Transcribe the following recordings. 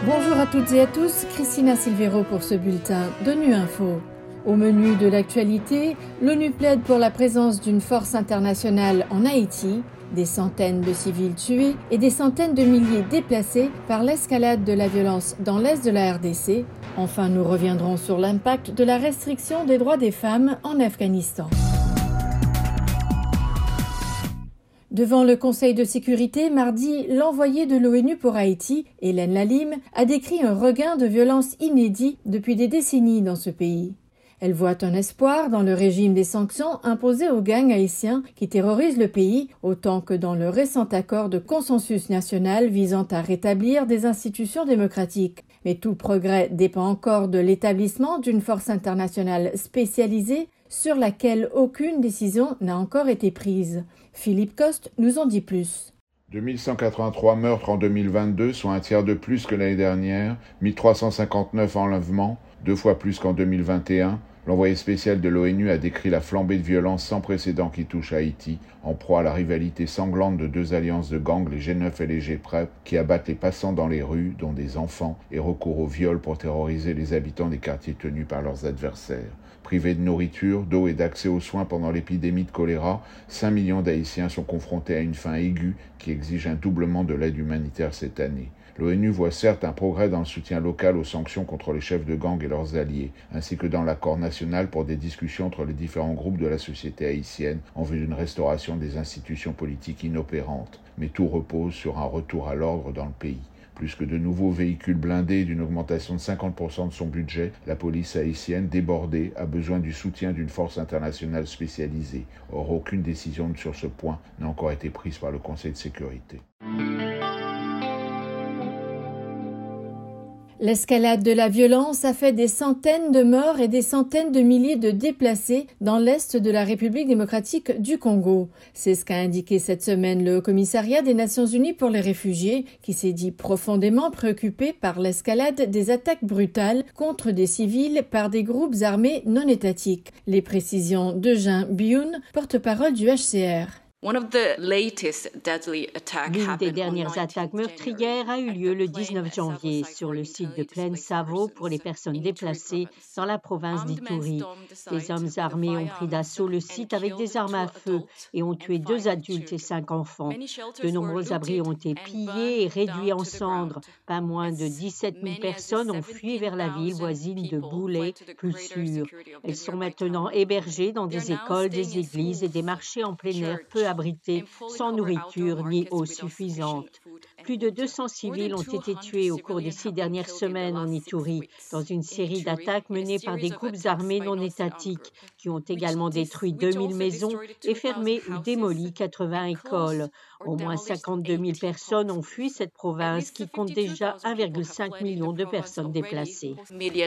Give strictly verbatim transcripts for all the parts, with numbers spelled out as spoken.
Bonjour à toutes et à tous, Christina Silvero pour ce bulletin d'ONU Info. Au menu de l'actualité, l'ONU plaide pour la présence d'une force internationale en Haïti, des centaines de civils tués et des centaines de milliers déplacés par l'escalade de la violence dans l'est de la R D C. Enfin, nous reviendrons sur l'impact de la restriction des droits des femmes en Afghanistan. Devant le Conseil de sécurité, mardi, l'envoyée de l'ONU pour Haïti, Hélène Lalim, a décrit un regain de violence inédit depuis des décennies dans ce pays. Elle voit un espoir dans le régime des sanctions imposées aux gangs haïtiens qui terrorisent le pays, autant que dans le récent accord de consensus national visant à rétablir des institutions démocratiques. Mais tout progrès dépend encore de l'établissement d'une force internationale spécialisée sur laquelle aucune décision n'a encore été prise. Philippe Coste nous en dit plus. deux mille cent quatre-vingt-trois meurtres en deux mille vingt-deux, soit un tiers de plus que l'année dernière, mille trois cent cinquante-neuf enlèvements, deux fois plus qu'en deux mille vingt et un. L'envoyé spécial de l'ONU a décrit la flambée de violence sans précédent qui touche Haïti, en proie à la rivalité sanglante de deux alliances de gangs, les G neuf et les G P R E P, qui abattent les passants dans les rues, dont des enfants, et recourent au viol pour terroriser les habitants des quartiers tenus par leurs adversaires. Privés de nourriture, d'eau et d'accès aux soins pendant l'épidémie de choléra, cinq millions d'Haïtiens sont confrontés à une faim aiguë qui exige un doublement de l'aide humanitaire cette année. L'ONU voit certes un progrès dans le soutien local aux sanctions contre les chefs de gang et leurs alliés, ainsi que dans l'accord national pour des discussions entre les différents groupes de la société haïtienne en vue d'une restauration des institutions politiques inopérantes. Mais tout repose sur un retour à l'ordre dans le pays. Plus que de nouveaux véhicules blindés et d'une augmentation de cinquante pour cent de son budget, la police haïtienne, débordée, a besoin du soutien d'une force internationale spécialisée. Or, aucune décision sur ce point n'a encore été prise par le Conseil de sécurité. L'escalade de la violence a fait des centaines de morts et des centaines de milliers de déplacés dans l'est de la République démocratique du Congo. C'est ce qu'a indiqué cette semaine le Commissariat des Nations Unies pour les réfugiés, qui s'est dit profondément préoccupé par l'escalade des attaques brutales contre des civils par des groupes armés non étatiques. Les précisions de Jean Bioun, porte-parole du H C R. L'une des dernières attaques meurtrières a eu lieu le dix-neuf janvier sur le site de Plaine Savo pour les personnes déplacées dans la province d'Ituri. Des hommes armés ont pris d'assaut le site avec des armes à feu et ont tué deux adultes et cinq enfants. De nombreux abris ont été pillés et réduits en cendres. Pas moins de dix-sept mille personnes ont fui vers la ville voisine de Boulé, plus sûre. Elles sont maintenant hébergées dans des écoles, des églises et des marchés en plein air peu abrités, sans nourriture ni eau suffisante. Plus de deux cents civils ont été tués au cours des six dernières semaines en Ituri, dans une série d'attaques menées par des groupes armés non étatiques, qui ont également détruit deux mille maisons et fermé ou démoli quatre-vingts écoles. Au moins cinquante-deux mille personnes ont fui cette province qui compte déjà un virgule cinq million de personnes déplacées.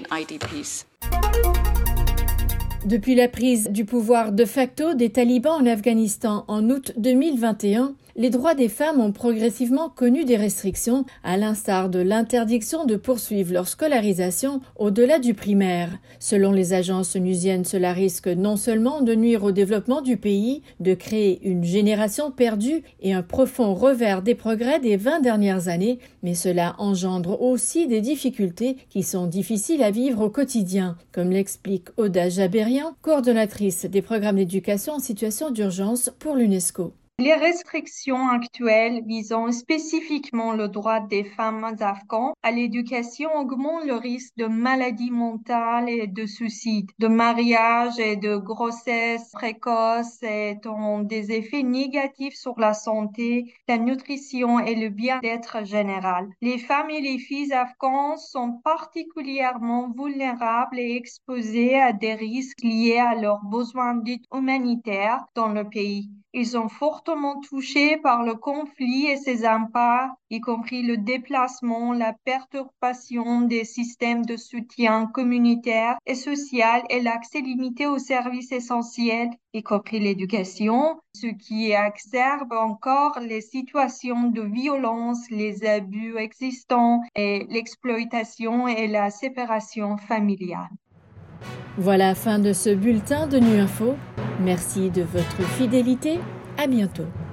Depuis la prise du pouvoir de facto des talibans en Afghanistan en août deux mille vingt et un, les droits des femmes ont progressivement connu des restrictions, à l'instar de l'interdiction de poursuivre leur scolarisation au-delà du primaire. Selon les agences onusiennes, cela risque non seulement de nuire au développement du pays, de créer une génération perdue et un profond revers des progrès des vingt dernières années, mais cela engendre aussi des difficultés qui sont difficiles à vivre au quotidien, comme l'explique Oda Jaberian, coordonnatrice des programmes d'éducation en situation d'urgence pour l'UNESCO. Les restrictions actuelles visant spécifiquement le droit des femmes afghanes à l'éducation augmentent le risque de maladies mentales et de suicide, de mariage et de grossesse précoce et ont des effets négatifs sur la santé, la nutrition et le bien-être général. Les femmes et les filles afghanes sont particulièrement vulnérables et exposées à des risques liés à leurs besoins d'aide humanitaire dans le pays. Ils sont fortement touchés par le conflit et ses impacts, y compris le déplacement, la perturbation des systèmes de soutien communautaire et social et l'accès limité aux services essentiels, y compris l'éducation, ce qui exacerbe encore les situations de violence, les abus existants et l'exploitation et la séparation familiale. Voilà, fin de ce bulletin de NU Info. Merci de votre fidélité. À bientôt.